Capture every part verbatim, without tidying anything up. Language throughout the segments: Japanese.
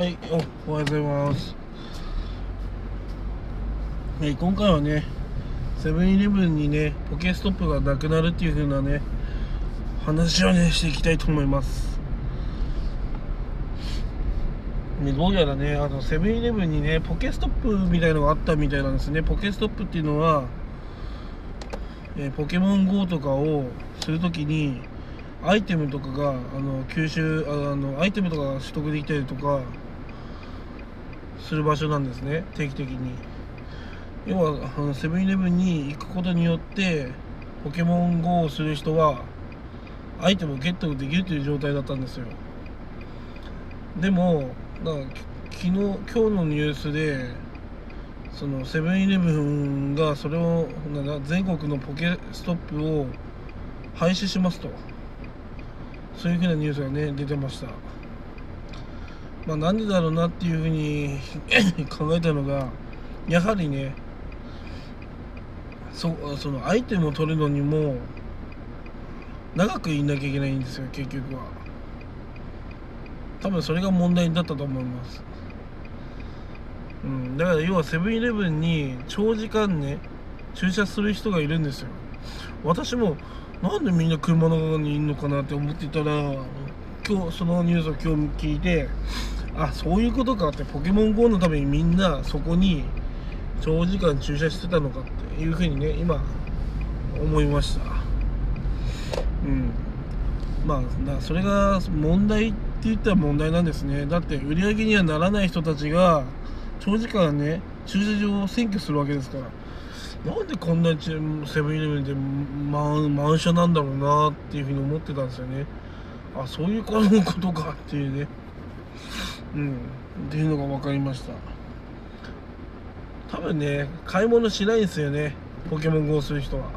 はい、お、おはようございます。えー今回はね、セブンイレブンにね、ポケストップがなくなるっていう風なね、話をね、していきたいと思います。ね、どうやらね、あの、セブンイレブンにね、ポケストップみたいのがあったみたいなんですね。ポケストップっていうのは、えーポケモン ゴー とかをするときに、アイテムとかが、あの、吸収、ああの、アイテムとかが取得できたりとか、する場所なんですね、定期的に。要はあのセブンイレブンに行くことによってポケモン ゴー をする人はアイテムをゲットできるという状態だったんですよ。でもなんか昨日今日のニュースでそのセブンイレブンがそれをなんだ全国のポケストップを廃止しますと、そういうふうなニュースがね出てました。まあなんでだろうなっていうふうに考えたのが、やはりねそそのアイテムを取るのにも長くいなきゃいけないんですよ、結局は。多分それが問題だったと思います。うん、だから要はセブンイレブンに長時間ね駐車する人がいるんですよ。私もなんでみんな車の中にいるのかなって思っていたら、今日そのニュースを今日聞いて、あ、そういうことかって、ポケモン ゴー のためにみんなそこに長時間駐車してたのかっていうふうにね今思いました。うん、まあだそれが問題って言ったら問題なんですね。だって売り上げにはならない人たちが長時間ね駐車場を占拠するわけですから、なんでこんなセブンイレブンで満満車なんだろうなっていうふうに思ってたんですよね。あ、そういうことかっていうね、うんっていうのが分かりました。多分ね買い物しないんですよね、ポケモン ゴー する人は。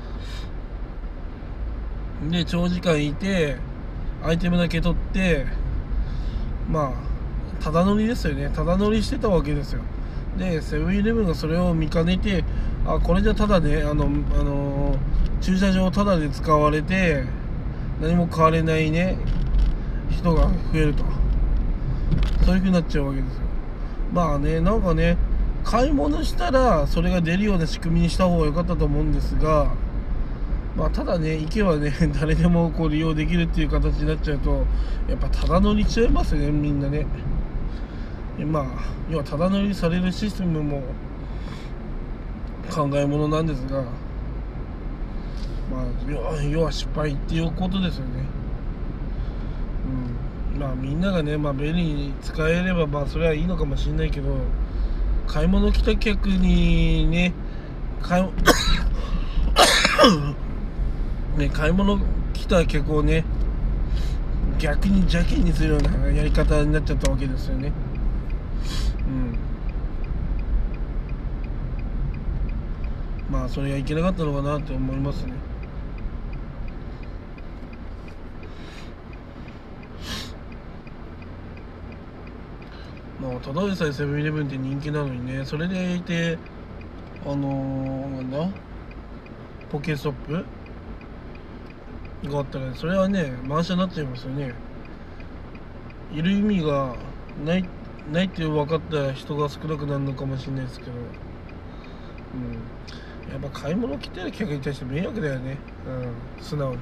で長時間いてアイテムだけ取って、まあただ乗りですよね、ただ乗りしてたわけですよ。でセブンイレブンがそれを見かねて、あ、これじゃただねあの、あのー駐車場をただで使われて何も買われないね人が増えると、そういう風になっちゃうわけですよ。まあね、なんかね買い物したらそれが出るような仕組みにした方が良かったと思うんですが、まあ、ただね行けばね誰でもこう利用できるっていう形になっちゃうと、やっぱただ乗りしちゃいますよね、みんなね。まあ要はただ乗りされるシステムも考えものなんですが、まあ要は要は失敗っていうことですよね。うん、まあみんながね、まあ、便利に使えればまあそれはいいのかもしれないけど、買い物来た客にね買いね買い物来た客をね逆に邪気にするようなやり方になっちゃったわけですよね。うん、まあそれがいけなかったのかなって思いますね。まあただでさえセブンイレブンって人気なのにね、それでいてあのー、なんだポケストップがあったら、それはね満車になっちゃいますよね。いる意味がないないって分かった人が少なくなるのかもしれないですけど、うん、やっぱ買い物来てる客に対して迷惑だよね、うん、素直に。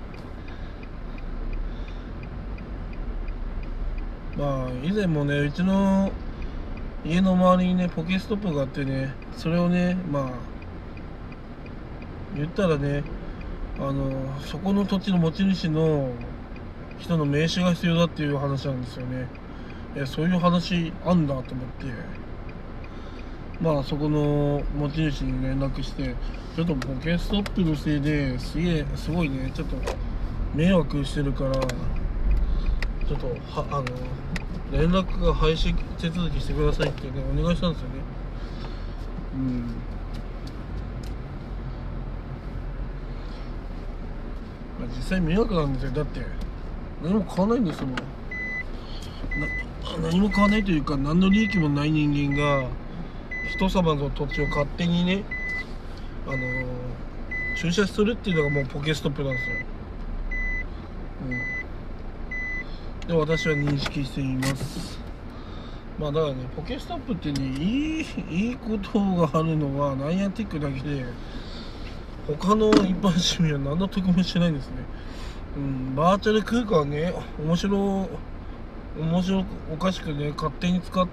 まあ以前もねうちの家の周りにねポケストップがあってね、それをねまあ言ったらねあのそこの土地の持ち主の人の名刺が必要だっていう話なんですよね。えそういう話あんだと思って、まあそこの持ち主に連絡して、ちょっとポケストップのせいですげえすごいねちょっと迷惑してるから、ちょっとはあの連絡が廃止手続きしてくださいってねお願いしたんですよね。うん、まあ、実際迷惑なんですよ。だって何も買わないんですもん。な何も買わないというか何の利益もない人間が人様の土地を勝手にねあのー、駐車するっていうのがもうポケストップなんですよ。うん、で私は認識しています。 まあだからね、ポケストップってね、いいいいことがあるのはナイアンティックだけで、他の一般市民は何の得もしてないんですね。うん、バーチャル空間ね、面白面白おかしくね、勝手に使って、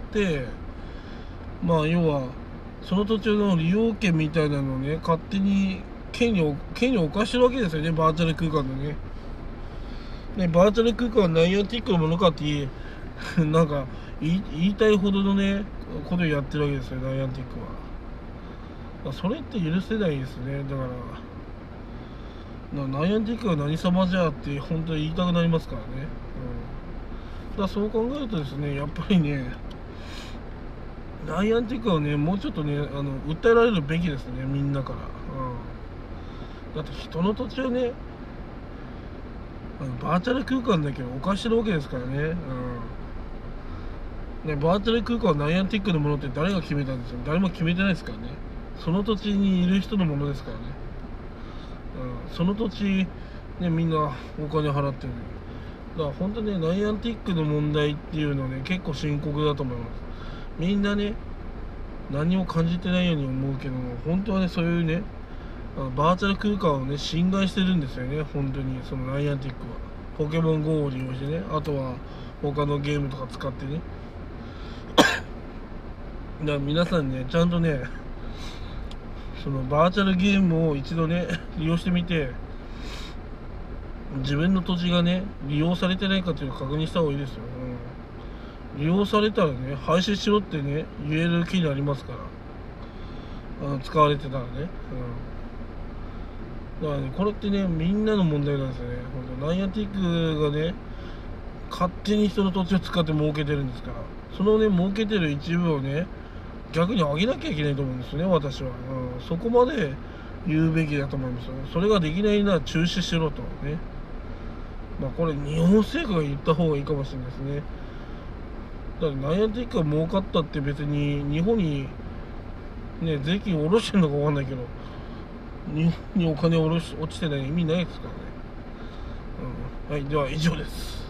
まあ要はその途中の利用権みたいなのをね、勝手に権利を権利を犯してるわけですよね、バーチャル空間でね。ね、バーチャル空間はナイアンティックのものかって言いなんか言い言いたいほどのねことをやってるわけですよ、ナイアンティックは。それって許せないですね。だからなナイアンティックは何様じゃって本当に言いたくなりますからね、うん、だからそう考えるとですね、やっぱりねナイアンティックはねもうちょっとねあの訴えられるべきですね、みんなから、うん、だって人の土地をねあのバーチャル空間だけを犯してるわけですからね、うんね、バーチャル空間はナイアンティックのものって誰が決めたんですよ。誰も決めてないですからね。その土地にいる人のものですからね、うん、その土地ねみんなお金払ってる。だから本当にねナイアンティックの問題っていうのはね結構深刻だと思います。みんなね何も感じてないように思うけども、本当はねそういうねあのバーチャル空間をね侵害してるんですよね、本当に。そのナイアンティックはポケモン ゴー を利用してね、あとは他のゲームとか使ってねだから皆さんねちゃんとねそのバーチャルゲームを一度ね利用してみて、自分の土地がね利用されてないかというのを確認した方がいいですよ、うん、利用されたらね廃止しろってね言える気になりますから、あの使われてたらね、うん、だからねこれってねみんなの問題なんですよね。ナイアンティックがね勝手に人の土地を使って儲けてるんですから、そのね儲けてる一部をね逆に上げなきゃいけないと思うんですね、私は、うん、そこまで言うべきだと思いますよ。それができないなら中止しろとね。まあこれ日本政府が言った方がいいかもしれないですね。だからナイアンティックが儲かったって別に日本にね税金を下ろしてるのかわかんないけど、日本にお金を下ろし落ちてない意味ないですからね、うん、はい、では以上です。